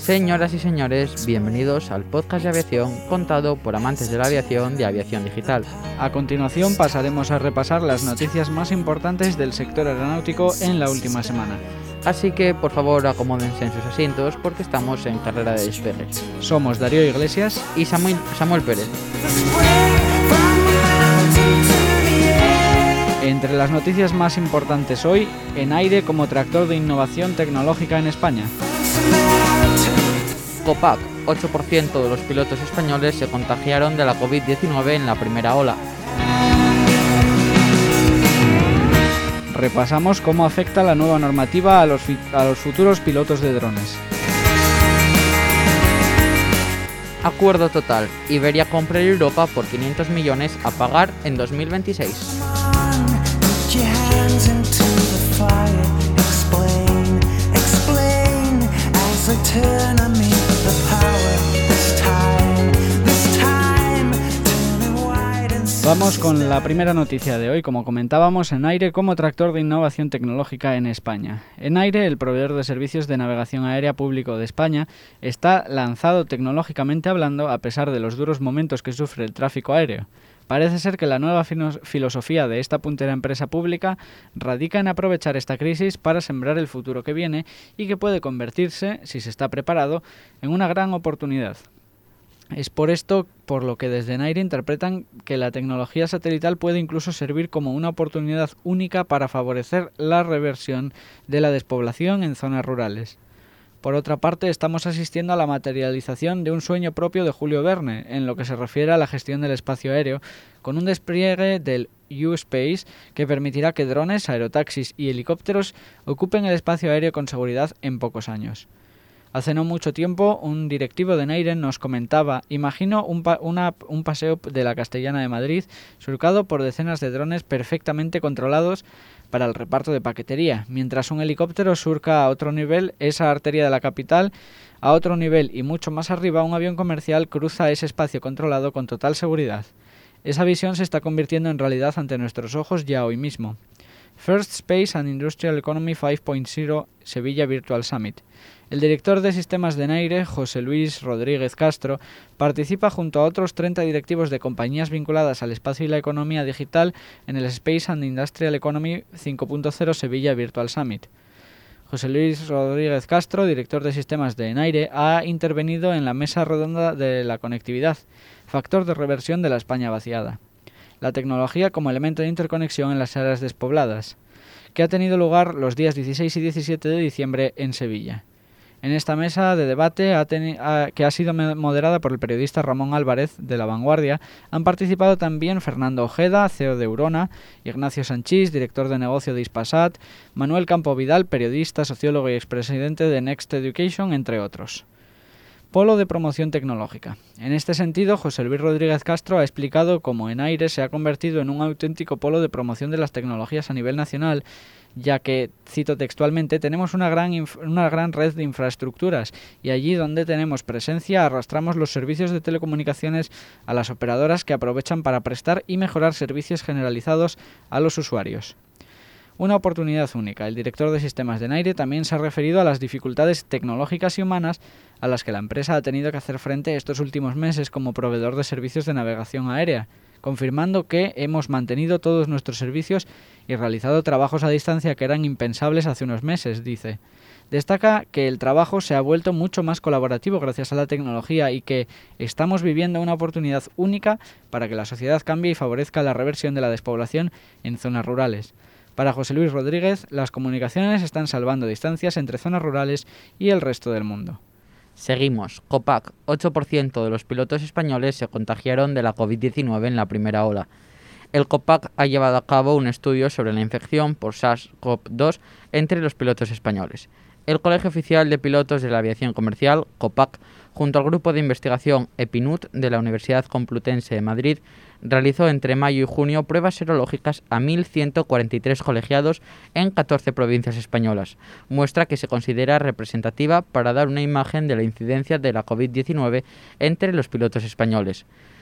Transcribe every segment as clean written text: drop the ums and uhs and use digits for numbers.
Señoras y señores, bienvenidos al podcast de aviación contado por amantes de la aviación de Aviación Digital. A continuación pasaremos a repasar las noticias más importantes del sector aeronáutico en la última semana. Así que por favor acomódense en sus asientos porque estamos en carrera de despegue. Somos Darío Iglesias y Samuel Pérez. Entre las noticias más importantes hoy, Enaire como tractor de innovación tecnológica en España. Copac, 8% de los pilotos españoles se contagiaron de la COVID-19 en la primera ola. Repasamos cómo afecta la nueva normativa a los futuros pilotos de drones. Acuerdo total, Iberia compra Europa por 500 millones a pagar en 2026. Vamos con la primera noticia de hoy. Como comentábamos, Enaire como tractor de innovación tecnológica en España. Enaire, el proveedor de servicios de navegación aérea público de España, está lanzado tecnológicamente hablando a pesar de los duros momentos que sufre el tráfico aéreo. Parece ser que la nueva filosofía de esta puntera empresa pública radica en aprovechar esta crisis para sembrar el futuro que viene y que puede convertirse, si se está preparado, en una gran oportunidad. Es por esto por lo que desde Enaire interpretan que la tecnología satelital puede incluso servir como una oportunidad única para favorecer la reversión de la despoblación en zonas rurales. Por otra parte, estamos asistiendo a la materialización de un sueño propio de Julio Verne, en lo que se refiere a la gestión del espacio aéreo, con un despliegue del U-Space que permitirá que drones, aerotaxis y helicópteros ocupen el espacio aéreo con seguridad en pocos años. Hace no mucho tiempo, un directivo de Enaire nos comentaba: imagino un paseo de la Castellana de Madrid surcado por decenas de drones perfectamente controlados para el reparto de paquetería, mientras un helicóptero surca a otro nivel esa arteria de la capital, a otro nivel y mucho más arriba un avión comercial cruza ese espacio controlado con total seguridad. Esa visión se está convirtiendo en realidad ante nuestros ojos ya hoy mismo. First Space and Industrial Economy 5.0 Sevilla Virtual Summit. El director de sistemas de Enaire, José Luis Rodríguez Castro, participa junto a otros 30 directivos de compañías vinculadas al espacio y la economía digital en el Space and Industrial Economy 5.0 Sevilla Virtual Summit. José Luis Rodríguez Castro, director de sistemas de Enaire, ha intervenido en la mesa redonda de la conectividad, factor de reversión de la España vaciada. La tecnología como elemento de interconexión en las áreas despobladas, que ha tenido lugar los días 16 y 17 de diciembre en Sevilla. En esta mesa de debate, que ha sido moderada por el periodista Ramón Álvarez de La Vanguardia, han participado también Fernando Ojeda, CEO de Eurona, Ignacio Sanchís, director de negocio de Hispasat, Manuel Campo Vidal, periodista, sociólogo y expresidente de Next Education, entre otros. Polo de promoción tecnológica. En este sentido, José Luis Rodríguez Castro ha explicado cómo Enaire se ha convertido en un auténtico polo de promoción de las tecnologías a nivel nacional, ya que, cito textualmente, tenemos una gran red de infraestructuras y allí donde tenemos presencia arrastramos los servicios de telecomunicaciones a las operadoras que aprovechan para prestar y mejorar servicios generalizados a los usuarios. Una oportunidad única. El director de sistemas de Enaire también se ha referido a las dificultades tecnológicas y humanas a las que la empresa ha tenido que hacer frente estos últimos meses como proveedor de servicios de navegación aérea, confirmando que hemos mantenido todos nuestros servicios y realizado trabajos a distancia que eran impensables hace unos meses, dice. Destaca que el trabajo se ha vuelto mucho más colaborativo gracias a la tecnología y que estamos viviendo una oportunidad única para que la sociedad cambie y favorezca la reversión de la despoblación en zonas rurales. Para José Luis Rodríguez, las comunicaciones están salvando distancias entre zonas rurales y el resto del mundo. Seguimos. Copac, 8% de los pilotos españoles se contagiaron de la COVID-19 en la primera ola. El Copac ha llevado a cabo un estudio sobre la infección por SARS-CoV-2 entre los pilotos españoles. El Colegio Oficial de Pilotos de la Aviación Comercial, Copac, junto al grupo de investigación EPINUT de la Universidad Complutense de Madrid, realizó entre mayo y junio pruebas serológicas a 1.143 colegiados en 14 provincias españolas, muestra que se considera representativa para dar una imagen de la incidencia de la COVID-19 entre los pilotos españoles.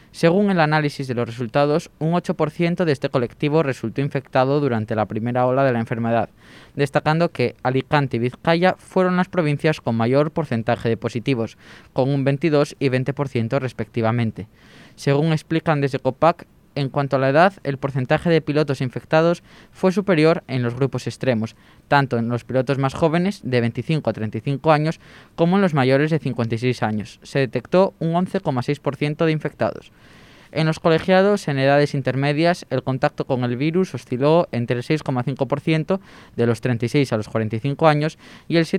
Según el análisis de los resultados, un 8% de este colectivo resultó infectado durante la primera ola de la enfermedad, destacando que Alicante y Vizcaya fueron las provincias con mayor porcentaje de positivos, con un 22 y 20% respectivamente. Según explican desde COPAC, en cuanto a la edad, el porcentaje de pilotos infectados fue superior en los grupos extremos, tanto en los pilotos más jóvenes, de 25 a 35 años, como en los mayores de 56 años. Se detectó un 11,6% de infectados. En los colegiados en edades intermedias, el contacto con el virus osciló entre el 6,5% de los 36 a los 45 años y el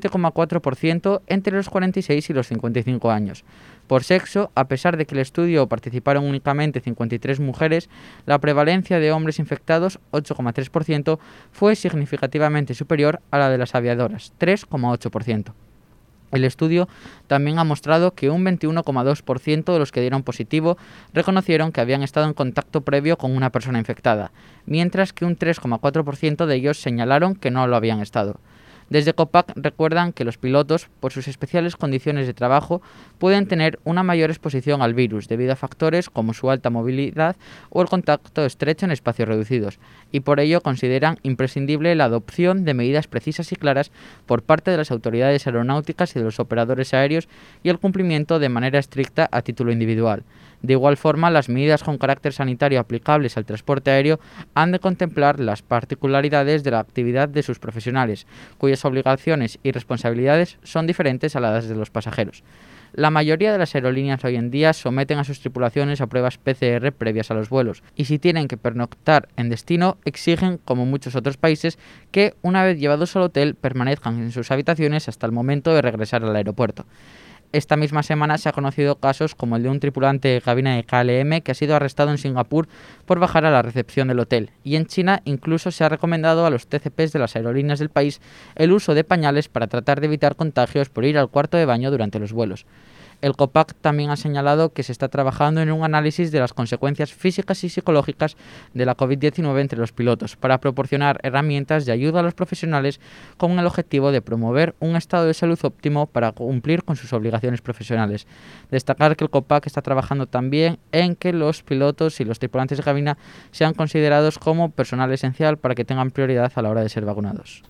7,4% entre los 46 y los 55 años. Por sexo, a pesar de que el estudio participaron únicamente 53 mujeres, la prevalencia de hombres infectados, 8,3%, fue significativamente superior a la de las aviadoras, 3,8%. El estudio también ha mostrado que un 21,2% de los que dieron positivo reconocieron que habían estado en contacto previo con una persona infectada, mientras que un 3,4% de ellos señalaron que no lo habían estado. Desde COPAC recuerdan que los pilotos, por sus especiales condiciones de trabajo, pueden tener una mayor exposición al virus debido a factores como su alta movilidad o el contacto estrecho en espacios reducidos, y por ello consideran imprescindible la adopción de medidas precisas y claras por parte de las autoridades aeronáuticas y de los operadores aéreos y el cumplimiento de manera estricta a título individual. De igual forma, las medidas con carácter sanitario aplicables al transporte aéreo han de contemplar las particularidades de la actividad de sus profesionales, cuyas obligaciones y responsabilidades son diferentes a las de los pasajeros. La mayoría de las aerolíneas hoy en día someten a sus tripulaciones a pruebas PCR previas a los vuelos, y si tienen que pernoctar en destino, exigen, como muchos otros países, que una vez llevados al hotel permanezcan en sus habitaciones hasta el momento de regresar al aeropuerto. Esta misma semana se ha conocido casos como el de un tripulante de cabina de KLM que ha sido arrestado en Singapur por bajar a la recepción del hotel, y en China incluso se ha recomendado a los TCPs de las aerolíneas del país el uso de pañales para tratar de evitar contagios por ir al cuarto de baño durante los vuelos. El COPAC también ha señalado que se está trabajando en un análisis de las consecuencias físicas y psicológicas de la COVID-19 entre los pilotos, para proporcionar herramientas de ayuda a los profesionales con el objetivo de promover un estado de salud óptimo para cumplir con sus obligaciones profesionales. Destacar que el COPAC está trabajando también en que los pilotos y los tripulantes de cabina sean considerados como personal esencial para que tengan prioridad a la hora de ser vacunados.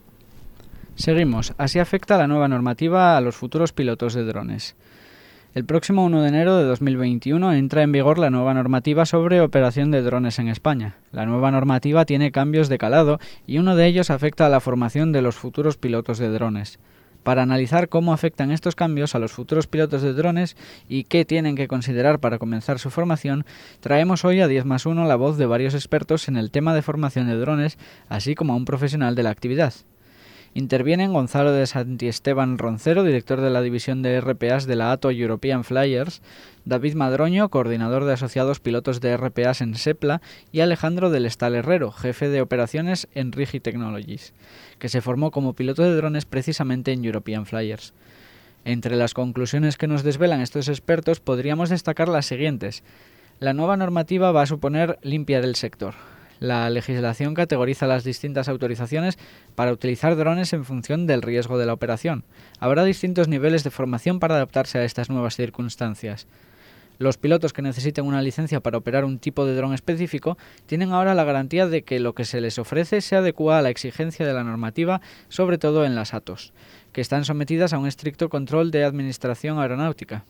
Seguimos. Así afecta la nueva normativa a los futuros pilotos de drones. El próximo 1 de enero de 2021 entra en vigor la nueva normativa sobre operación de drones en España. La nueva normativa tiene cambios de calado y uno de ellos afecta a la formación de los futuros pilotos de drones. Para analizar cómo afectan estos cambios a los futuros pilotos de drones y qué tienen que considerar para comenzar su formación, traemos hoy a 10+1 la voz de varios expertos en el tema de formación de drones, así como a un profesional de la actividad. Intervienen Gonzalo de Santiesteban Roncero, director de la división de RPAs de la ATO European Flyers, David Madroño, coordinador de asociados pilotos de RPAs en SEPLA, y Alejandro del Estal Herrero, jefe de operaciones en Rigi Technologies, que se formó como piloto de drones precisamente en European Flyers. Entre las conclusiones que nos desvelan estos expertos podríamos destacar las siguientes. La nueva normativa va a suponer limpiar el sector. La legislación categoriza las distintas autorizaciones para utilizar drones en función del riesgo de la operación. Habrá distintos niveles de formación para adaptarse a estas nuevas circunstancias. Los pilotos que necesiten una licencia para operar un tipo de dron específico tienen ahora la garantía de que lo que se les ofrece se adecua a la exigencia de la normativa, sobre todo en las ATOs, que están sometidas a un estricto control de administración aeronáutica.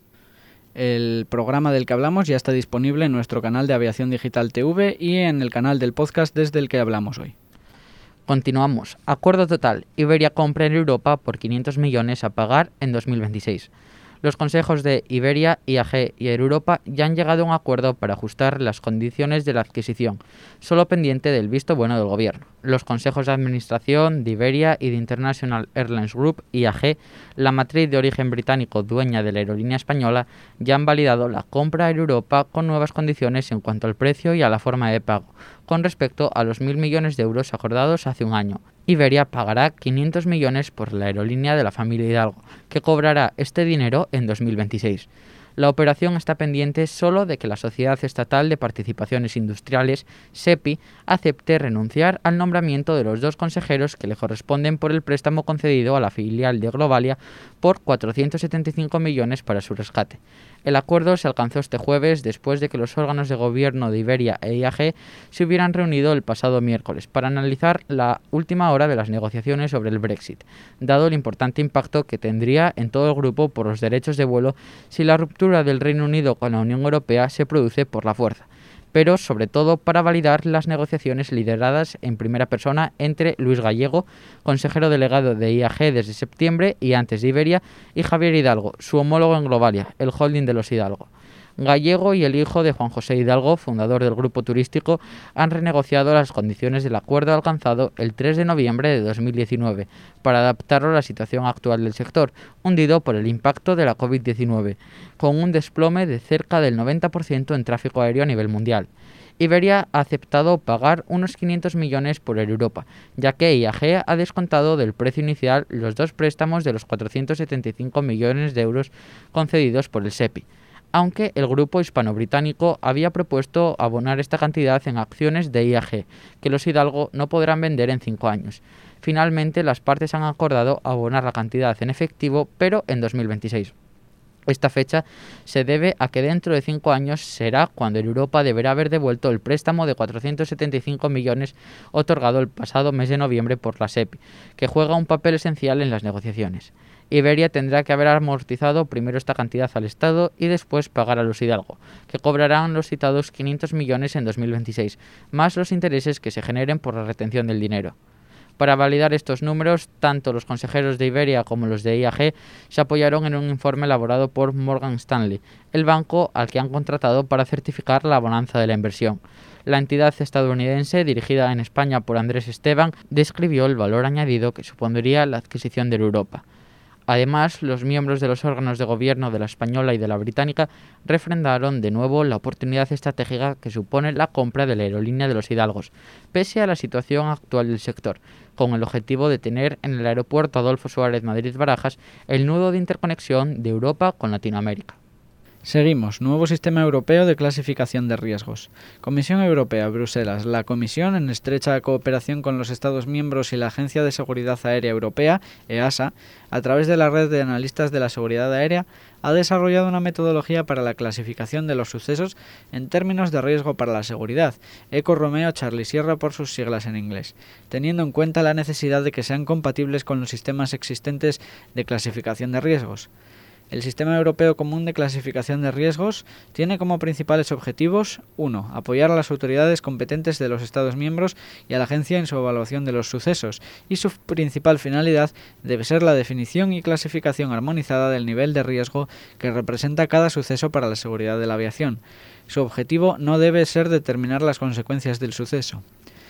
El programa del que hablamos ya está disponible en nuestro canal de Aviación Digital TV y en el canal del podcast desde el que hablamos hoy. Continuamos. Acuerdo total. Iberia compra en Europa por 500 millones a pagar en 2026. Los consejos de Iberia, IAG y Air Europa ya han llegado a un acuerdo para ajustar las condiciones de la adquisición, solo pendiente del visto bueno del gobierno. Los consejos de administración de Iberia y de International Airlines Group, IAG, la matriz de origen británico dueña de la aerolínea española, ya han validado la compra a Air Europa con nuevas condiciones en cuanto al precio y a la forma de pago, con respecto a los 1.000 millones de euros acordados hace un año. Iberia pagará 500 millones por la aerolínea de la familia Hidalgo, que cobrará este dinero en 2026. La operación está pendiente solo de que la Sociedad Estatal de Participaciones Industriales, SEPI, acepte renunciar al nombramiento de los dos consejeros que le corresponden por el préstamo concedido a la filial de Globalia por 475 millones para su rescate. El acuerdo se alcanzó este jueves después de que los órganos de gobierno de Iberia e IAG se hubieran reunido el pasado miércoles para analizar la última hora de las negociaciones sobre el Brexit, dado el importante impacto que tendría en todo el grupo por los derechos de vuelo si la ruptura del Reino Unido con la Unión Europea se produce por la fuerza, pero sobre todo para validar las negociaciones lideradas en primera persona entre Luis Gallego, consejero delegado de IAG desde septiembre y antes de Iberia, y Javier Hidalgo, su homólogo en Globalia, el holding de los Hidalgo. Gallego y el hijo de Juan José Hidalgo, fundador del grupo turístico, han renegociado las condiciones del acuerdo alcanzado el 3 de noviembre de 2019 para adaptarlo a la situación actual del sector, hundido por el impacto de la COVID-19, con un desplome de cerca del 90% en tráfico aéreo a nivel mundial. Iberia ha aceptado pagar unos 500 millones por Air Europa, ya que IAG ha descontado del precio inicial los dos préstamos de los 475 millones de euros concedidos por el SEPI, aunque el grupo hispano-británico había propuesto abonar esta cantidad en acciones de IAG, que los Hidalgo no podrán vender en 5 años. Finalmente, las partes han acordado abonar la cantidad en efectivo, pero en 2026. Esta fecha se debe a que dentro de 5 años será cuando Europa deberá haber devuelto el préstamo de 475 millones otorgado el pasado mes de noviembre por la SEPI, que juega un papel esencial en las negociaciones. Iberia tendrá que haber amortizado primero esta cantidad al Estado y después pagar a los Hidalgo, que cobrarán los citados 500 millones en 2026, más los intereses que se generen por la retención del dinero. Para validar estos números, tanto los consejeros de Iberia como los de IAG se apoyaron en un informe elaborado por Morgan Stanley, el banco al que han contratado para certificar la bonanza de la inversión. La entidad estadounidense, dirigida en España por Andrés Esteban, describió el valor añadido que supondría la adquisición de Europa. Además, los miembros de los órganos de gobierno de la española y de la británica refrendaron de nuevo la oportunidad estratégica que supone la compra de la aerolínea de los Hidalgos, pese a la situación actual del sector, con el objetivo de tener en el aeropuerto Adolfo Suárez Madrid-Barajas el nudo de interconexión de Europa con Latinoamérica. Seguimos. Nuevo sistema europeo de clasificación de riesgos. Comisión Europea, Bruselas. La Comisión, en estrecha cooperación con los Estados miembros y la Agencia de Seguridad Aérea Europea, EASA, a través de la red de analistas de la seguridad aérea, ha desarrollado una metodología para la clasificación de los sucesos en términos de riesgo para la seguridad, Eco Romeo Charlie Sierra por sus siglas en inglés, teniendo en cuenta la necesidad de que sean compatibles con los sistemas existentes de clasificación de riesgos. El Sistema Europeo Común de Clasificación de Riesgos tiene como principales objetivos: 1. Apoyar a las autoridades competentes de los Estados miembros y a la agencia en su evaluación de los sucesos, y su principal finalidad debe ser la definición y clasificación armonizada del nivel de riesgo que representa cada suceso para la seguridad de la aviación. Su objetivo no debe ser determinar las consecuencias del suceso.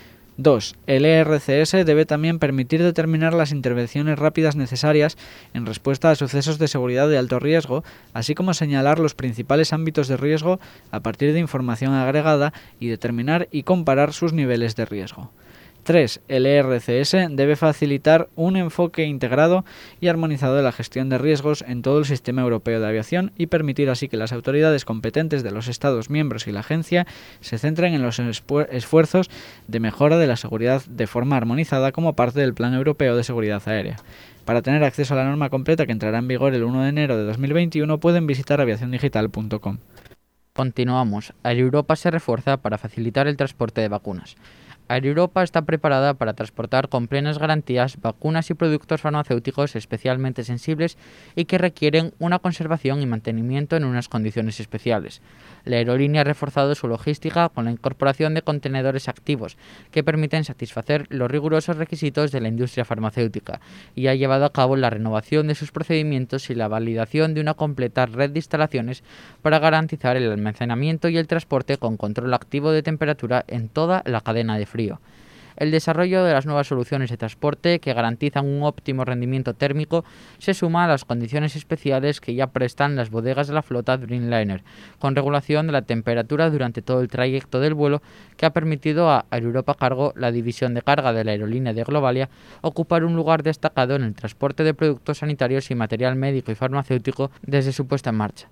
2. El ERCS debe también permitir determinar las intervenciones rápidas necesarias en respuesta a sucesos de seguridad de alto riesgo, así como señalar los principales ámbitos de riesgo a partir de información agregada y determinar y comparar sus niveles de riesgo. 3. El ERCS debe facilitar un enfoque integrado y armonizado de la gestión de riesgos en todo el sistema europeo de aviación y permitir así que las autoridades competentes de los Estados miembros y la agencia se centren en los esfuerzos de mejora de la seguridad de forma armonizada como parte del Plan Europeo de Seguridad Aérea. Para tener acceso a la norma completa que entrará en vigor el 1 de enero de 2021 pueden visitar aviaciondigital.com. Continuamos. Air Europa se refuerza para facilitar el transporte de vacunas. Air Europa está preparada para transportar con plenas garantías vacunas y productos farmacéuticos especialmente sensibles y que requieren una conservación y mantenimiento en unas condiciones especiales. La aerolínea ha reforzado su logística con la incorporación de contenedores activos que permiten satisfacer los rigurosos requisitos de la industria farmacéutica y ha llevado a cabo la renovación de sus procedimientos y la validación de una completa red de instalaciones para garantizar el almacenamiento y el transporte con control activo de temperatura en toda la cadena de frío. El desarrollo de las nuevas soluciones de transporte que garantizan un óptimo rendimiento térmico se suma a las condiciones especiales que ya prestan las bodegas de la flota Dreamliner, con regulación de la temperatura durante todo el trayecto del vuelo, que ha permitido a Air Europa Cargo, la división de carga de la aerolínea de Globalia, ocupar un lugar destacado en el transporte de productos sanitarios y material médico y farmacéutico desde su puesta en marcha.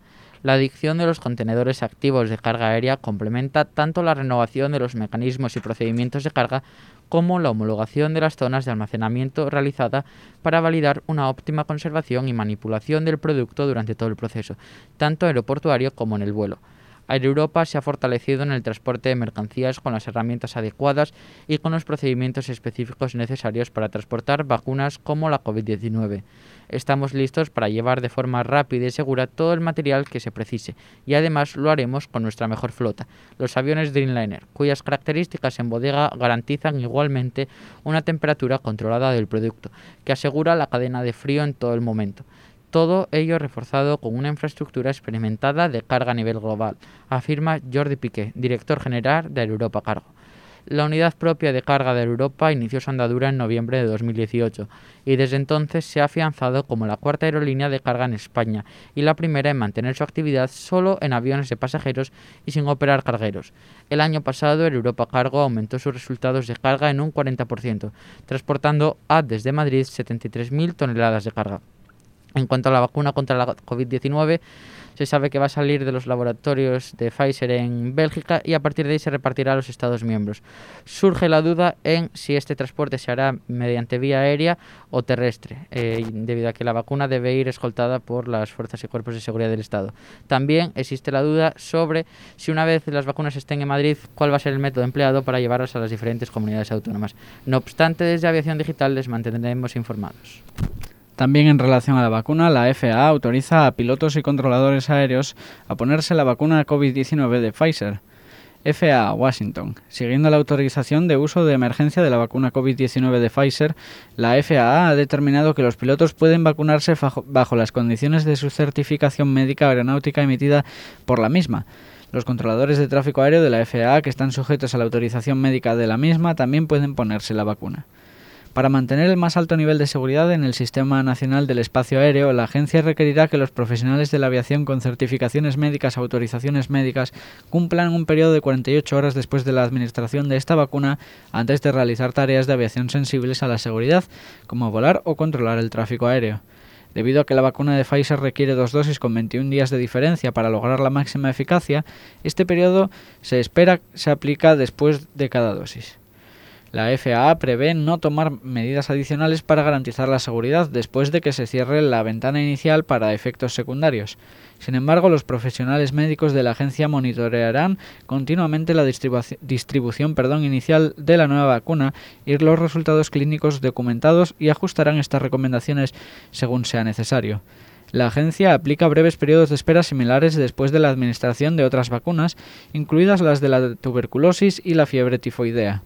La adicción de los contenedores activos de carga aérea complementa tanto la renovación de los mecanismos y procedimientos de carga como la homologación de las zonas de almacenamiento realizada para validar una óptima conservación y manipulación del producto durante todo el proceso, tanto aeroportuario como en el vuelo. Air Europa se ha fortalecido en el transporte de mercancías con las herramientas adecuadas y con los procedimientos específicos necesarios para transportar vacunas como la COVID-19. Estamos listos para llevar de forma rápida y segura todo el material que se precise y además lo haremos con nuestra mejor flota, los aviones Dreamliner, cuyas características en bodega garantizan igualmente una temperatura controlada del producto, que asegura la cadena de frío en todo el momento. Todo ello reforzado con una infraestructura experimentada de carga a nivel global, afirma Jordi Piqué, director general de Air Europa Cargo. La unidad propia de carga de Air Europa inició su andadura en noviembre de 2018 y desde entonces se ha afianzado como la cuarta aerolínea de carga en España y la primera en mantener su actividad solo en aviones de pasajeros y sin operar cargueros. El año pasado Air Europa Cargo aumentó sus resultados de carga en un 40%, transportando desde Madrid 73.000 toneladas de carga. En cuanto a la vacuna contra la COVID-19, se sabe que va a salir de los laboratorios de Pfizer en Bélgica y a partir de ahí se repartirá a los Estados miembros. Surge la duda en si este transporte se hará mediante vía aérea o terrestre, debido a que la vacuna debe ir escoltada por las fuerzas y cuerpos de seguridad del Estado. También existe la duda sobre si una vez las vacunas estén en Madrid, cuál va a ser el método empleado para llevarlas a las diferentes comunidades autónomas. No obstante, desde Aviación Digital les mantendremos informados. También en relación a la vacuna, la FAA autoriza a pilotos y controladores aéreos a ponerse la vacuna COVID-19 de Pfizer. FAA, Washington. Siguiendo la autorización de uso de emergencia de la vacuna COVID-19 de Pfizer, la FAA ha determinado que los pilotos pueden vacunarse bajo las condiciones de su certificación médica aeronáutica emitida por la misma. Los controladores de tráfico aéreo de la FAA, que están sujetos a la autorización médica de la misma, también pueden ponerse la vacuna. Para mantener el más alto nivel de seguridad en el Sistema Nacional del Espacio Aéreo, la agencia requerirá que los profesionales de la aviación con certificaciones médicas o autorizaciones médicas cumplan un periodo de 48 horas después de la administración de esta vacuna antes de realizar tareas de aviación sensibles a la seguridad, como volar o controlar el tráfico aéreo. Debido a que la vacuna de Pfizer requiere 2 dosis con 21 días de diferencia para lograr la máxima eficacia, este periodo se espera se aplica después de cada dosis. La FAA prevé no tomar medidas adicionales para garantizar la seguridad después de que se cierre la ventana inicial para efectos secundarios. Sin embargo, los profesionales médicos de la agencia monitorearán continuamente la distribución inicial de la nueva vacuna y los resultados clínicos documentados y ajustarán estas recomendaciones según sea necesario. La agencia aplica breves periodos de espera similares después de la administración de otras vacunas, incluidas las de la tuberculosis y la fiebre tifoidea.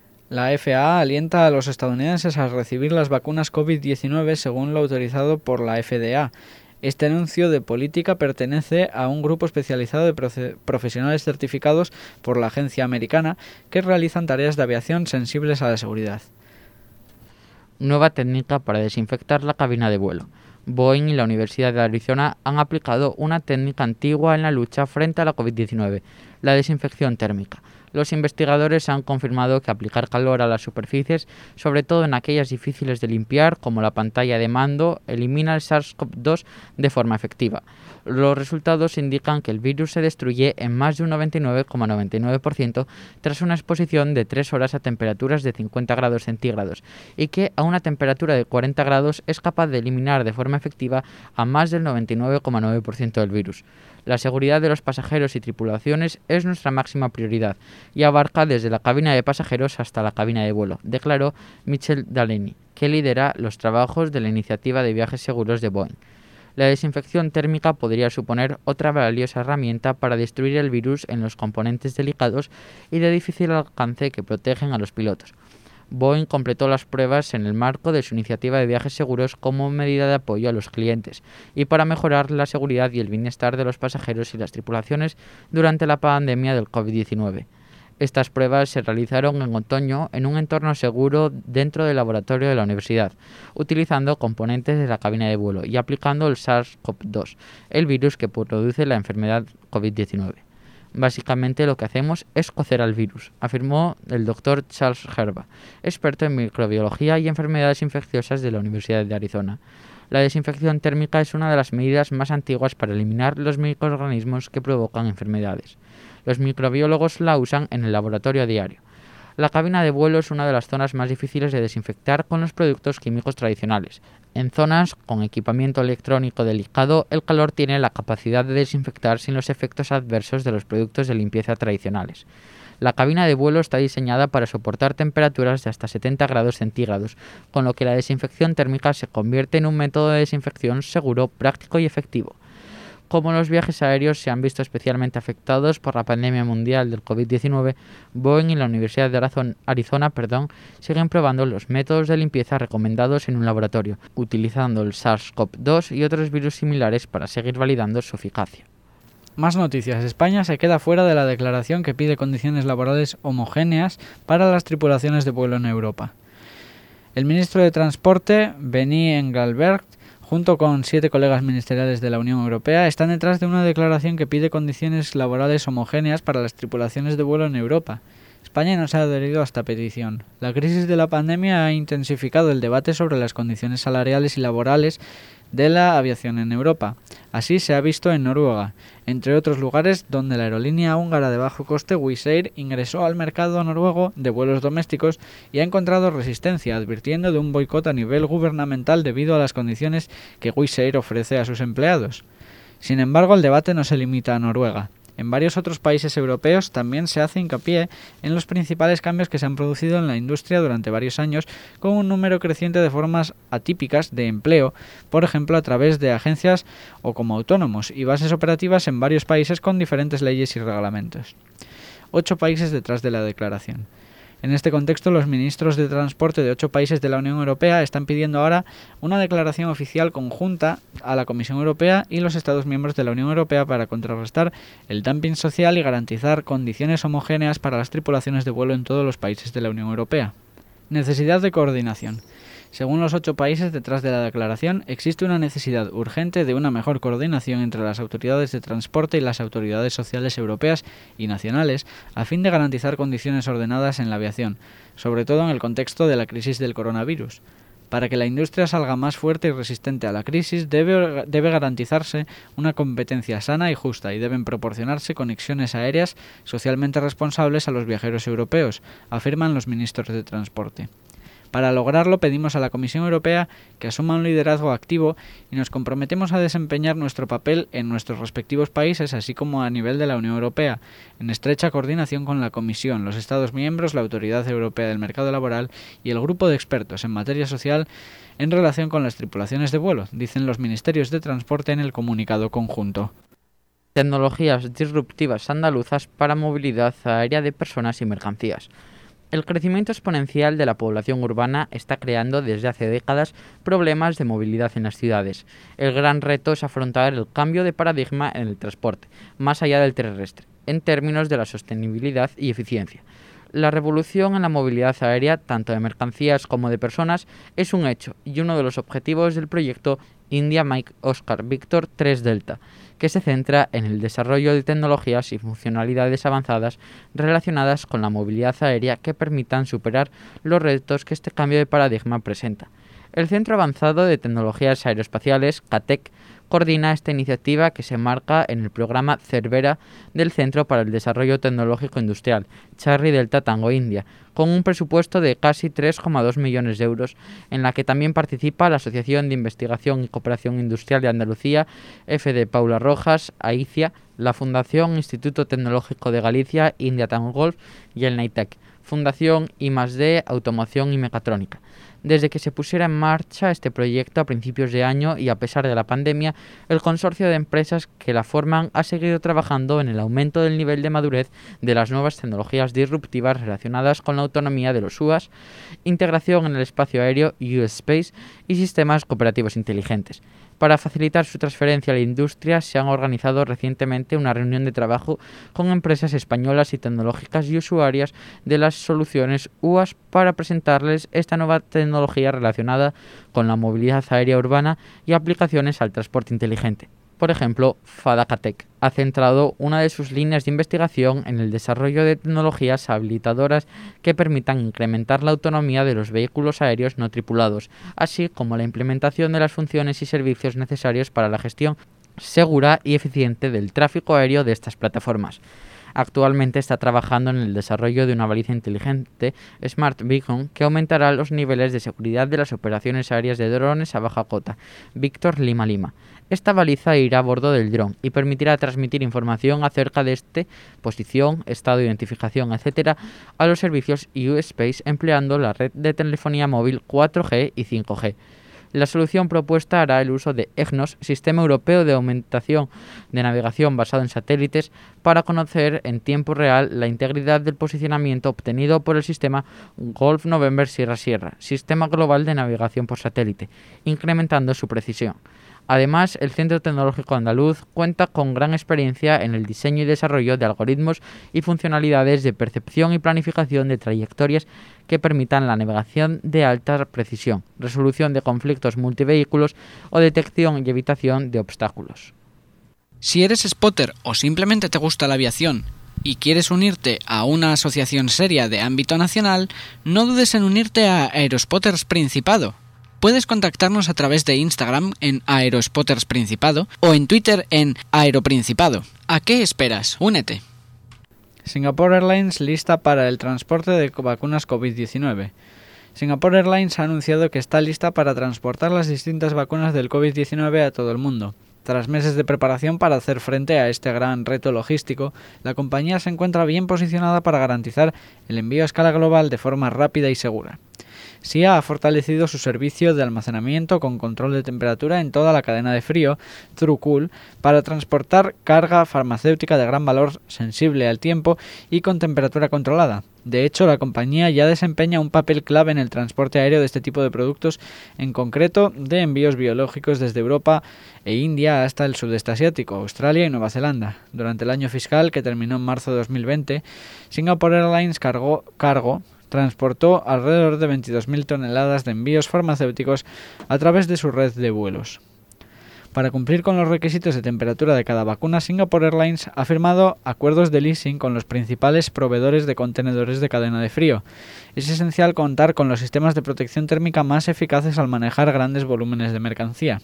La FAA alienta a los estadounidenses a recibir las vacunas COVID-19 según lo autorizado por la FDA. Este anuncio de política pertenece a un grupo especializado de profesionales certificados por la agencia americana que realizan tareas de aviación sensibles a la seguridad. Nueva técnica para desinfectar la cabina de vuelo. Boeing y la Universidad de Arizona han aplicado una técnica antigua en la lucha frente a la COVID-19, la desinfección térmica. Los investigadores han confirmado que aplicar calor a las superficies, sobre todo en aquellas difíciles de limpiar, como la pantalla de mando, elimina el SARS-CoV-2 de forma efectiva. Los resultados indican que el virus se destruye en más de un 99,99% tras una exposición de 3 horas a temperaturas de 50 grados centígrados y que a una temperatura de 40 grados es capaz de eliminar de forma efectiva a más del 99,9% del virus. La seguridad de los pasajeros y tripulaciones es nuestra máxima prioridad y abarca desde la cabina de pasajeros hasta la cabina de vuelo, declaró Michel Delaney, que lidera los trabajos de la iniciativa de viajes seguros de Boeing. La desinfección térmica podría suponer otra valiosa herramienta para destruir el virus en los componentes delicados y de difícil alcance que protegen a los pilotos. Boeing completó las pruebas en el marco de su iniciativa de viajes seguros como medida de apoyo a los clientes y para mejorar la seguridad y el bienestar de los pasajeros y las tripulaciones durante la pandemia del COVID-19. Estas pruebas se realizaron en otoño en un entorno seguro dentro del laboratorio de la universidad, utilizando componentes de la cabina de vuelo y aplicando el SARS-CoV-2, el virus que produce la enfermedad COVID-19. Básicamente lo que hacemos es cocer al virus, afirmó el Dr. Charles Herba, experto en microbiología y enfermedades infecciosas de la Universidad de Arizona. La desinfección térmica es una de las medidas más antiguas para eliminar los microorganismos que provocan enfermedades. Los microbiólogos la usan en el laboratorio a diario. La cabina de vuelo es una de las zonas más difíciles de desinfectar con los productos químicos tradicionales. En zonas con equipamiento electrónico delicado, el calor tiene la capacidad de desinfectar sin los efectos adversos de los productos de limpieza tradicionales. La cabina de vuelo está diseñada para soportar temperaturas de hasta 70 grados centígrados, con lo que la desinfección térmica se convierte en un método de desinfección seguro, práctico y efectivo. Como los viajes aéreos se han visto especialmente afectados por la pandemia mundial del COVID-19, Boeing y la Universidad de Arizona siguen probando los métodos de limpieza recomendados en un laboratorio, utilizando el SARS-CoV-2 y otros virus similares para seguir validando su eficacia. Más noticias. España se queda fuera de la declaración que pide condiciones laborales homogéneas para las tripulaciones de vuelo en Europa. El ministro de Transporte, Benny Engelbrecht, junto con 7 colegas ministeriales de la Unión Europea, están detrás de una declaración que pide condiciones laborales homogéneas para las tripulaciones de vuelo en Europa. España no se ha adherido a esta petición. La crisis de la pandemia ha intensificado el debate sobre las condiciones salariales y laborales de la aviación en Europa. Así se ha visto en Noruega, entre otros lugares donde la aerolínea húngara de bajo coste Wizz Air ingresó al mercado noruego de vuelos domésticos y ha encontrado resistencia, advirtiendo de un boicot a nivel gubernamental debido a las condiciones que Wizz Air ofrece a sus empleados. Sin embargo, el debate no se limita a Noruega. En varios otros países europeos también se hace hincapié en los principales cambios que se han producido en la industria durante varios años, con un número creciente de formas atípicas de empleo, por ejemplo a través de agencias o como autónomos, y bases operativas en varios países con diferentes leyes y reglamentos. 8 países detrás de la declaración. En este contexto, los ministros de Transporte de 8 países de la Unión Europea están pidiendo ahora una declaración oficial conjunta a la Comisión Europea y los Estados miembros de la Unión Europea para contrarrestar el dumping social y garantizar condiciones homogéneas para las tripulaciones de vuelo en todos los países de la Unión Europea. Necesidad de coordinación. Según los 8 países detrás de la declaración, existe una necesidad urgente de una mejor coordinación entre las autoridades de transporte y las autoridades sociales europeas y nacionales a fin de garantizar condiciones ordenadas en la aviación, sobre todo en el contexto de la crisis del coronavirus. Para que la industria salga más fuerte y resistente a la crisis, debe garantizarse una competencia sana y justa y deben proporcionarse conexiones aéreas socialmente responsables a los viajeros europeos, afirman los ministros de Transporte. Para lograrlo, pedimos a la Comisión Europea que asuma un liderazgo activo y nos comprometemos a desempeñar nuestro papel en nuestros respectivos países, así como a nivel de la Unión Europea, en estrecha coordinación con la Comisión, los Estados miembros, la Autoridad Europea del Mercado Laboral y el grupo de expertos en materia social en relación con las tripulaciones de vuelo, dicen los ministerios de Transporte en el comunicado conjunto. Tecnologías disruptivas andaluzas para movilidad aérea de personas y mercancías. El crecimiento exponencial de la población urbana está creando desde hace décadas problemas de movilidad en las ciudades. El gran reto es afrontar el cambio de paradigma en el transporte, más allá del terrestre, en términos de la sostenibilidad y eficiencia. La revolución en la movilidad aérea, tanto de mercancías como de personas, es un hecho y uno de los objetivos del proyecto India Mike Oscar Victor 3 Delta, que se centra en el desarrollo de tecnologías y funcionalidades avanzadas relacionadas con la movilidad aérea que permitan superar los retos que este cambio de paradigma presenta. El Centro Avanzado de Tecnologías Aeroespaciales, CATEC, coordina esta iniciativa que se marca en el programa Cervera del Centro para el Desarrollo Tecnológico Industrial, Charlie Delta Tango India, con un presupuesto de casi 3,2 millones de euros, en la que también participa la Asociación de Investigación y Cooperación Industrial de Andalucía, FD Paula Rojas, AICIA, la Fundación Instituto Tecnológico de Galicia, India Tango Golf y el NAITEC, Fundación I+D Automoción y Mecatrónica. Desde que se pusiera en marcha este proyecto a principios de año y a pesar de la pandemia, el consorcio de empresas que la forman ha seguido trabajando en el aumento del nivel de madurez de las nuevas tecnologías disruptivas relacionadas con la autonomía de los UAS, integración en el espacio aéreo U-Space y sistemas cooperativos inteligentes. Para facilitar su transferencia a la industria, se han organizado recientemente una reunión de trabajo con empresas españolas y tecnológicas y usuarias de las soluciones UAS para presentarles esta nueva tecnología relacionada con la movilidad aérea urbana y aplicaciones al transporte inteligente. Por ejemplo, Fadakatec ha centrado una de sus líneas de investigación en el desarrollo de tecnologías habilitadoras que permitan incrementar la autonomía de los vehículos aéreos no tripulados, así como la implementación de las funciones y servicios necesarios para la gestión segura y eficiente del tráfico aéreo de estas plataformas. Actualmente está trabajando en el desarrollo de una baliza inteligente Smart Beacon que aumentará los niveles de seguridad de las operaciones aéreas de drones a baja cota. Víctor Lima Lima. Esta baliza irá a bordo del dron y permitirá transmitir información acerca de posición, estado de identificación, etc. a los servicios U-Space empleando la red de telefonía móvil 4G y 5G. La solución propuesta hará el uso de EGNOS, Sistema Europeo de Aumentación de Navegación basado en satélites, para conocer en tiempo real la integridad del posicionamiento obtenido por el sistema Golf November Sierra Sierra, Sistema Global de Navegación por Satélite, incrementando su precisión. Además, el Centro Tecnológico Andaluz cuenta con gran experiencia en el diseño y desarrollo de algoritmos y funcionalidades de percepción y planificación de trayectorias que permitan la navegación de alta precisión, resolución de conflictos multivehículos o detección y evitación de obstáculos. Si eres spotter o simplemente te gusta la aviación y quieres unirte a una asociación seria de ámbito nacional, no dudes en unirte a Aerospotters Principado. Puedes contactarnos a través de Instagram en Aerospotters Principado o en Twitter en Aeroprincipado. ¿A qué esperas? Únete. Singapore Airlines lista para el transporte de vacunas COVID-19. Singapore Airlines ha anunciado que está lista para transportar las distintas vacunas del COVID-19 a todo el mundo. Tras meses de preparación para hacer frente a este gran reto logístico, la compañía se encuentra bien posicionada para garantizar el envío a escala global de forma rápida y segura. SIA ha fortalecido su servicio de almacenamiento con control de temperatura en toda la cadena de frío, TrueCool, para transportar carga farmacéutica de gran valor sensible al tiempo y con temperatura controlada. De hecho, la compañía ya desempeña un papel clave en el transporte aéreo de este tipo de productos, en concreto de envíos biológicos desde Europa e India hasta el sudeste asiático, Australia y Nueva Zelanda. Durante el año fiscal, que terminó en marzo de 2020, Singapore Airlines transportó alrededor de 22.000 toneladas de envíos farmacéuticos a través de su red de vuelos. Para cumplir con los requisitos de temperatura de cada vacuna, Singapore Airlines ha firmado acuerdos de leasing con los principales proveedores de contenedores de cadena de frío. Es esencial contar con los sistemas de protección térmica más eficaces al manejar grandes volúmenes de mercancía.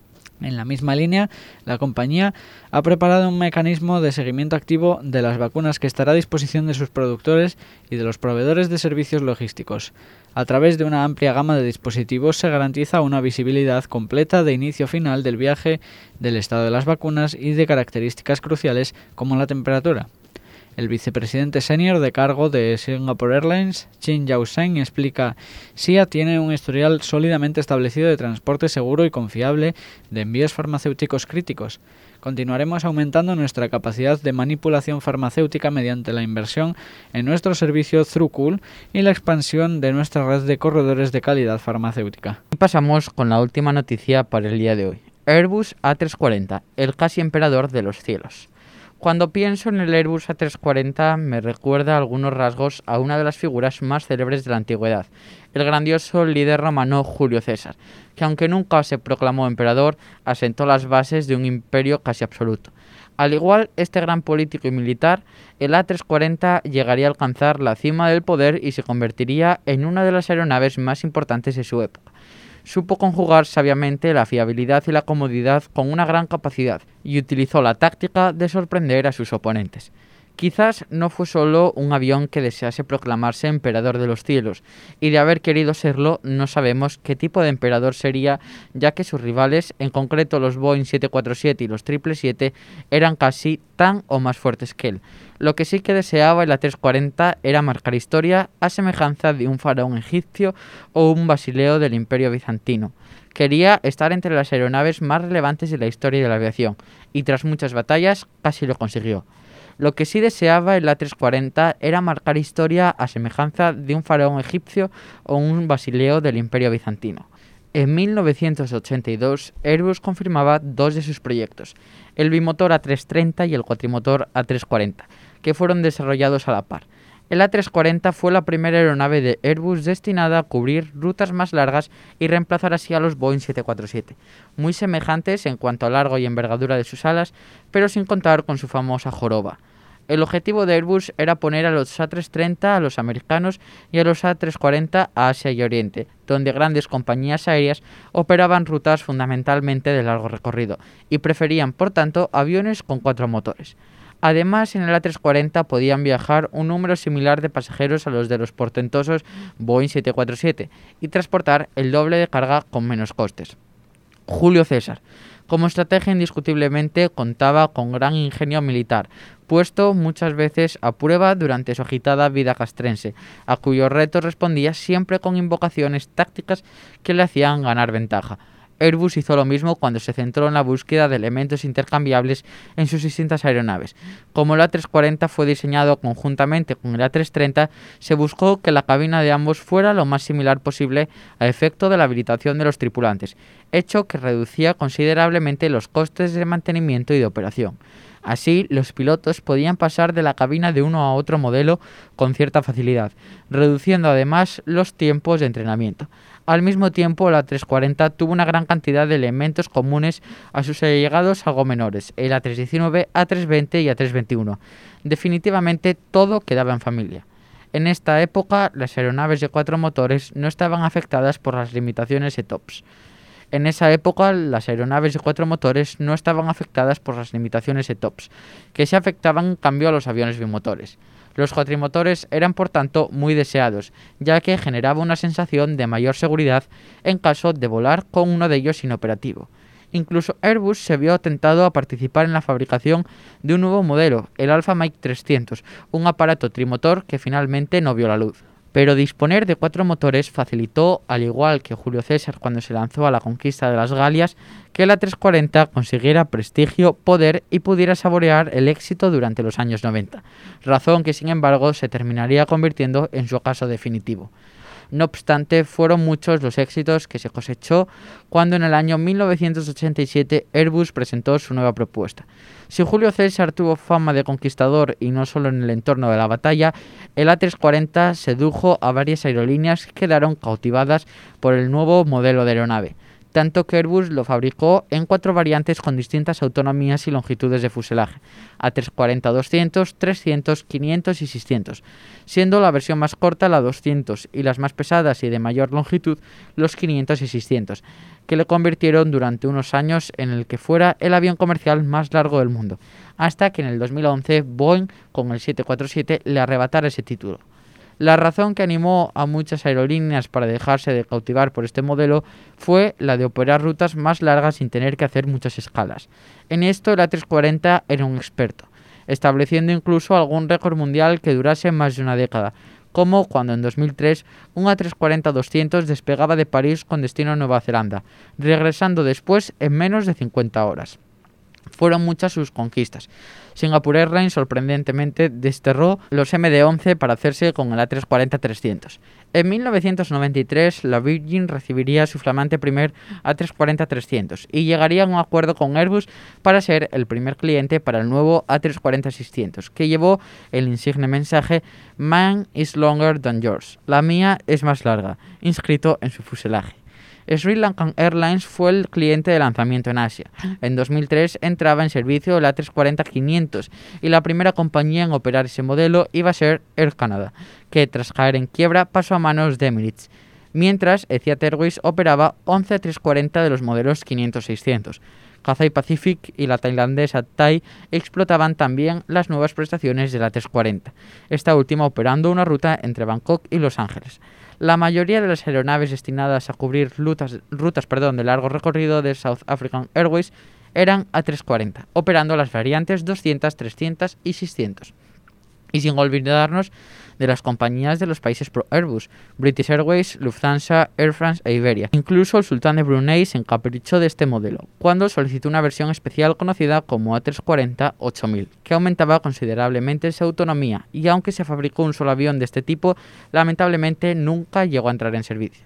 En la misma línea, la compañía ha preparado un mecanismo de seguimiento activo de las vacunas que estará a disposición de sus productores y de los proveedores de servicios logísticos. A través de una amplia gama de dispositivos se garantiza una visibilidad completa de inicio a final del viaje, del estado de las vacunas y de características cruciales como la temperatura. El vicepresidente senior de cargo de Singapore Airlines, Chin Yao-seng, explica: SIA tiene un historial sólidamente establecido de transporte seguro y confiable de envíos farmacéuticos críticos. Continuaremos aumentando nuestra capacidad de manipulación farmacéutica mediante la inversión en nuestro servicio TrueCool y la expansión de nuestra red de corredores de calidad farmacéutica. Y pasamos con la última noticia para el día de hoy. Airbus A340, el casi emperador de los cielos. Cuando pienso en el Airbus A340 me recuerda algunos rasgos a una de las figuras más célebres de la antigüedad, el grandioso líder romano Julio César, que aunque nunca se proclamó emperador, asentó las bases de un imperio casi absoluto. Al igual este gran político y militar, el A340 llegaría a alcanzar la cima del poder y se convertiría en una de las aeronaves más importantes de su época. Supo conjugar sabiamente la fiabilidad y la comodidad con una gran capacidad y utilizó la táctica de sorprender a sus oponentes. Quizás no fue solo un avión que desease proclamarse emperador de los cielos, y de haber querido serlo no sabemos qué tipo de emperador sería, ya que sus rivales, en concreto los Boeing 747 y los 777, eran casi tan o más fuertes que él. Lo que sí que deseaba el A340 era marcar historia a semejanza de un faraón egipcio o un basileo del Imperio bizantino. Quería estar entre las aeronaves más relevantes de la historia de la aviación, y tras muchas batallas casi lo consiguió. Lo que sí deseaba el A340 era marcar historia a semejanza de un faraón egipcio o un basileo del Imperio bizantino. En 1982, Airbus confirmaba dos de sus proyectos, el bimotor A330 y el cuatrimotor A340, que fueron desarrollados a la par. El A340 fue la primera aeronave de Airbus destinada a cubrir rutas más largas y reemplazar así a los Boeing 747, muy semejantes en cuanto a largo y envergadura de sus alas, pero sin contar con su famosa joroba. El objetivo de Airbus era poner a los A330 a los americanos y a los A340 a Asia y Oriente, donde grandes compañías aéreas operaban rutas fundamentalmente de largo recorrido y preferían, por tanto, aviones con 4 motores. Además, en el A340 podían viajar un número similar de pasajeros a los de los portentosos Boeing 747 y transportar el doble de carga con menos costes. Julio César, como estrategia indiscutiblemente contaba con gran ingenio militar, puesto muchas veces a prueba durante su agitada vida castrense, a cuyos retos respondía siempre con invocaciones tácticas que le hacían ganar ventaja. Airbus hizo lo mismo cuando se centró en la búsqueda de elementos intercambiables en sus distintas aeronaves. Como el A340 fue diseñado conjuntamente con el A330, se buscó que la cabina de ambos fuera lo más similar posible a efecto de la habilitación de los tripulantes, hecho que reducía considerablemente los costes de mantenimiento y de operación. Así, los pilotos podían pasar de la cabina de uno a otro modelo con cierta facilidad, reduciendo además los tiempos de entrenamiento. Al mismo tiempo, la A340 tuvo una gran cantidad de elementos comunes a sus allegados algo menores, el A319, A320 y A321. Definitivamente todo quedaba en familia. En esta época, las aeronaves de 4 motores no estaban afectadas por las limitaciones ETOPS. Que se afectaban en cambio a los aviones bimotores. Los cuatrimotores eran por tanto muy deseados, ya que generaba una sensación de mayor seguridad en caso de volar con uno de ellos inoperativo. Incluso Airbus se vio tentado a participar en la fabricación de un nuevo modelo, el Alpha Mike 300, un aparato trimotor que finalmente no vio la luz. Pero disponer de 4 motores facilitó, al igual que Julio César cuando se lanzó a la conquista de las Galias, que la A340 consiguiera prestigio, poder y pudiera saborear el éxito durante los años 90, razón que sin embargo se terminaría convirtiendo en su ocaso definitivo. No obstante, fueron muchos los éxitos que se cosechó cuando en el año 1987 Airbus presentó su nueva propuesta. Si Julio César tuvo fama de conquistador y no solo en el entorno de la batalla, el A340 sedujo a varias aerolíneas que quedaron cautivadas por el nuevo modelo de aeronave, tanto que Airbus lo fabricó en 4 variantes con distintas autonomías y longitudes de fuselaje, A340-200, 300, 500 y 600, siendo la versión más corta la 200 y las más pesadas y de mayor longitud los 500 y 600, que le convirtieron durante unos años en el que fuera el avión comercial más largo del mundo, hasta que en el 2011 Boeing con el 747 le arrebatara ese título. La razón que animó a muchas aerolíneas para dejarse de cautivar por este modelo fue la de operar rutas más largas sin tener que hacer muchas escalas. En esto el A340 era un experto, estableciendo incluso algún récord mundial que durase más de una década, como cuando en 2003 un A340-200 despegaba de París con destino a Nueva Zelanda, regresando después en menos de 50 horas. Fueron muchas sus conquistas. Singapore Airlines sorprendentemente desterró los MD-11 para hacerse con el A340-300. En 1993 la Virgin recibiría su flamante primer A340-300 y llegaría a un acuerdo con Airbus para ser el primer cliente para el nuevo A340-600, que llevó el insigne mensaje "Mine is longer than yours", la mía es más larga, inscrito en su fuselaje. Sri Lankan Airlines fue el cliente de lanzamiento en Asia. En 2003 entraba en servicio el A340-500 y la primera compañía en operar ese modelo iba a ser Air Canada, que tras caer en quiebra pasó a manos de Emirates, mientras Etihad Airways operaba 11 A340 de los modelos 500-600. Cathay Pacific y la tailandesa Thai explotaban también las nuevas prestaciones de la A340, esta última operando una ruta entre Bangkok y Los Ángeles. La mayoría de las aeronaves destinadas a cubrir rutas de largo recorrido de South African Airways eran A340, operando las variantes 200, 300 y 600. Y sin olvidarnos de las compañías de los países pro Airbus, British Airways, Lufthansa, Air France e Iberia. Incluso el sultán de Brunei se encaprichó de este modelo, cuando solicitó una versión especial conocida como A340-8000, que aumentaba considerablemente su autonomía, y aunque se fabricó un solo avión de este tipo, lamentablemente nunca llegó a entrar en servicio.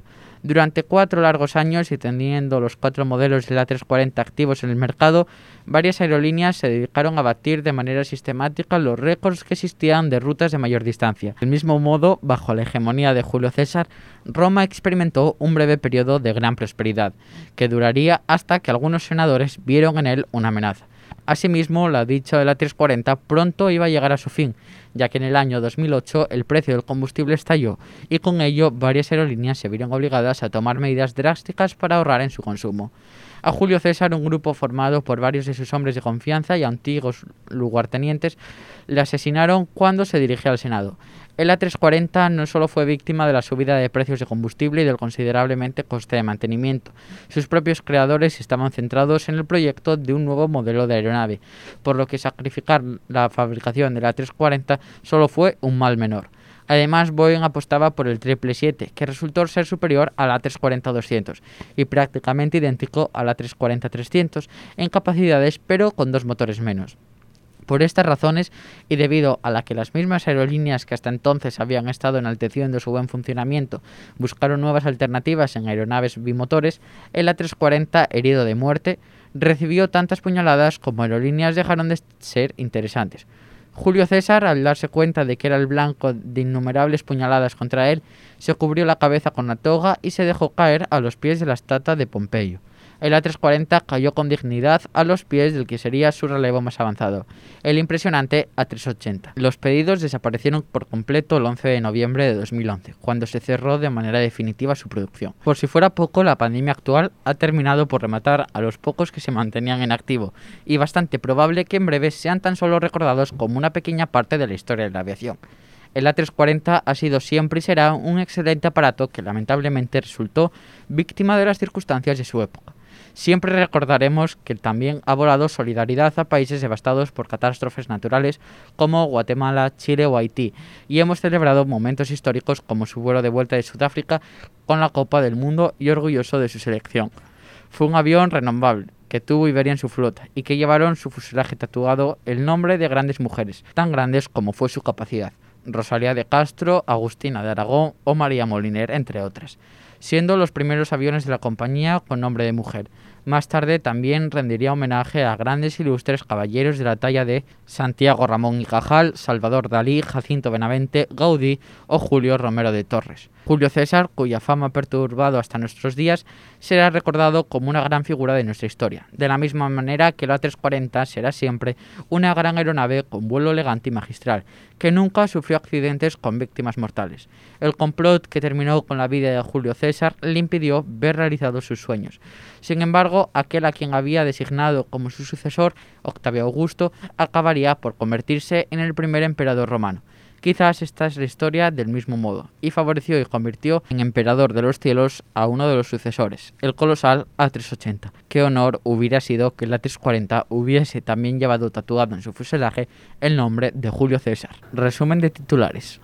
Durante 4 largos años y teniendo los 4 modelos del A340 activos en el mercado, varias aerolíneas se dedicaron a batir de manera sistemática los récords que existían de rutas de mayor distancia. Del mismo modo, bajo la hegemonía de Julio César, Roma experimentó un breve periodo de gran prosperidad, que duraría hasta que algunos senadores vieron en él una amenaza. Asimismo, la dicha del A340 pronto iba a llegar a su fin, ya que en el año 2008 el precio del combustible estalló y con ello varias aerolíneas se vieron obligadas a tomar medidas drásticas para ahorrar en su consumo. A Julio César, un grupo formado por varios de sus hombres de confianza y antiguos lugartenientes, le asesinaron cuando se dirigía al Senado. El A340 no solo fue víctima de la subida de precios de combustible y del considerablemente coste de mantenimiento. Sus propios creadores estaban centrados en el proyecto de un nuevo modelo de aeronave, por lo que sacrificar la fabricación del A340 solo fue un mal menor. Además, Boeing apostaba por el 777, que resultó ser superior al A340-200 y prácticamente idéntico al A340-300 en capacidades, pero con 2 motores menos. Por estas razones, y debido a la que las mismas aerolíneas que hasta entonces habían estado enalteciendo su buen funcionamiento buscaron nuevas alternativas en aeronaves bimotores, el A340, herido de muerte, recibió tantas puñaladas como aerolíneas dejaron de ser interesantes. Julio César, al darse cuenta de que era el blanco de innumerables puñaladas contra él, se cubrió la cabeza con la toga y se dejó caer a los pies de la estatua de Pompeyo. El A340 cayó con dignidad a los pies del que sería su relevo más avanzado, el impresionante A380. Los pedidos desaparecieron por completo el 11 de noviembre de 2011, cuando se cerró de manera definitiva su producción. Por si fuera poco, la pandemia actual ha terminado por rematar a los pocos que se mantenían en activo, y bastante probable que en breve sean tan solo recordados como una pequeña parte de la historia de la aviación. El A340 ha sido siempre y será un excelente aparato que lamentablemente resultó víctima de las circunstancias de su época. Siempre recordaremos que también ha volado solidaridad a países devastados por catástrofes naturales como Guatemala, Chile o Haití, y hemos celebrado momentos históricos como su vuelo de vuelta de Sudáfrica con la Copa del Mundo y orgulloso de su selección. Fue un avión renombrable que tuvo Iberia en su flota y que llevaron su fuselaje tatuado el nombre de grandes mujeres, tan grandes como fue su capacidad: Rosalía de Castro, Agustina de Aragón o María Moliner, entre otras, siendo los primeros aviones de la compañía con nombre de mujer. Más tarde también rendiría homenaje a grandes e ilustres caballeros de la talla de Santiago Ramón y Cajal, Salvador Dalí, Jacinto Benavente, Gaudí o Julio Romero de Torres. Julio César, cuya fama ha perturbado hasta nuestros días, será recordado como una gran figura de nuestra historia, de la misma manera que el A340 será siempre una gran aeronave con vuelo elegante y magistral, que nunca sufrió accidentes con víctimas mortales. El complot que terminó con la vida de Julio César le impidió ver realizados sus sueños. Sin embargo, aquel a quien había designado como su sucesor, Octavio Augusto, acabaría por convertirse en el primer emperador romano. Quizás esta es la historia del mismo modo, y favoreció y convirtió en emperador de los cielos a uno de los sucesores, el colosal A380. Qué honor hubiera sido que el A340 hubiese también llevado tatuado en su fuselaje el nombre de Julio César. Resumen de titulares.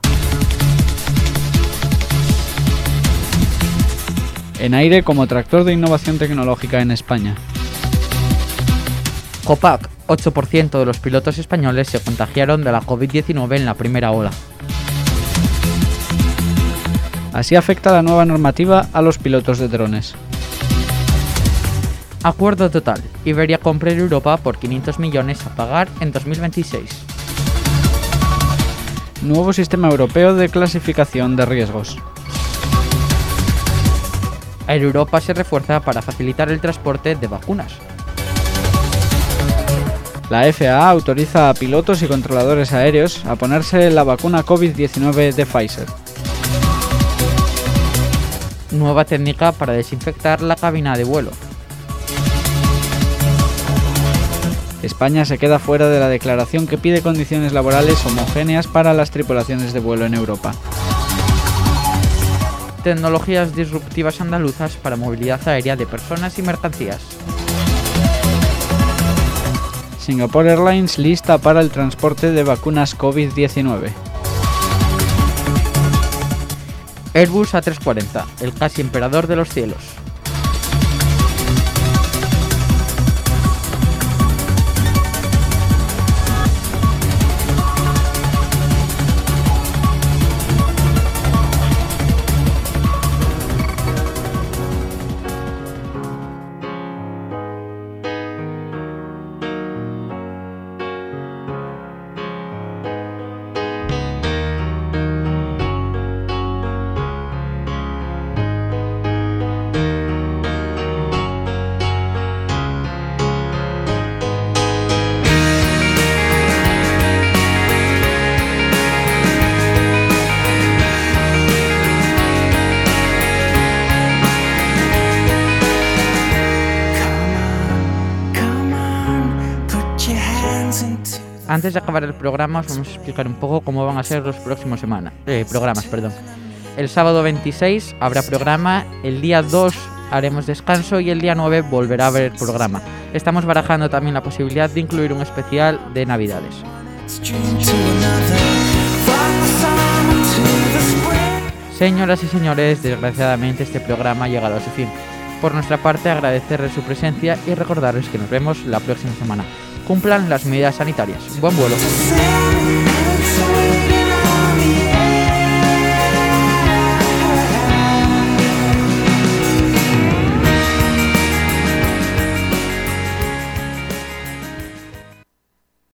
En aire como tractor de innovación tecnológica en España. Copac, 8% de los pilotos españoles se contagiaron de la COVID-19 en la primera ola. Así afecta la nueva normativa a los pilotos de drones. Acuerdo total. Iberia compra en Europa por 500 millones a pagar en 2026. Nuevo sistema europeo de clasificación de riesgos. Air Europa se refuerza para facilitar el transporte de vacunas. La FAA autoriza a pilotos y controladores aéreos a ponerse la vacuna COVID-19 de Pfizer. Nueva técnica para desinfectar la cabina de vuelo. España se queda fuera de la declaración que pide condiciones laborales homogéneas para las tripulaciones de vuelo en Europa. Tecnologías disruptivas andaluzas para movilidad aérea de personas y mercancías. Singapore Airlines lista para el transporte de vacunas COVID-19. Airbus A340, el casi emperador de los cielos. Antes de acabar el programa os vamos a explicar un poco cómo van a ser los próximos programas. El sábado 26 habrá programa, el día 2 haremos descanso y el día 9 volverá a haber programa. Estamos barajando también la posibilidad de incluir un especial de Navidades. Señoras y señores, desgraciadamente este programa ha llegado a su fin. Por nuestra parte, agradecerles su presencia y recordarles que nos vemos la próxima semana. Cumplan las medidas sanitarias. Buen vuelo.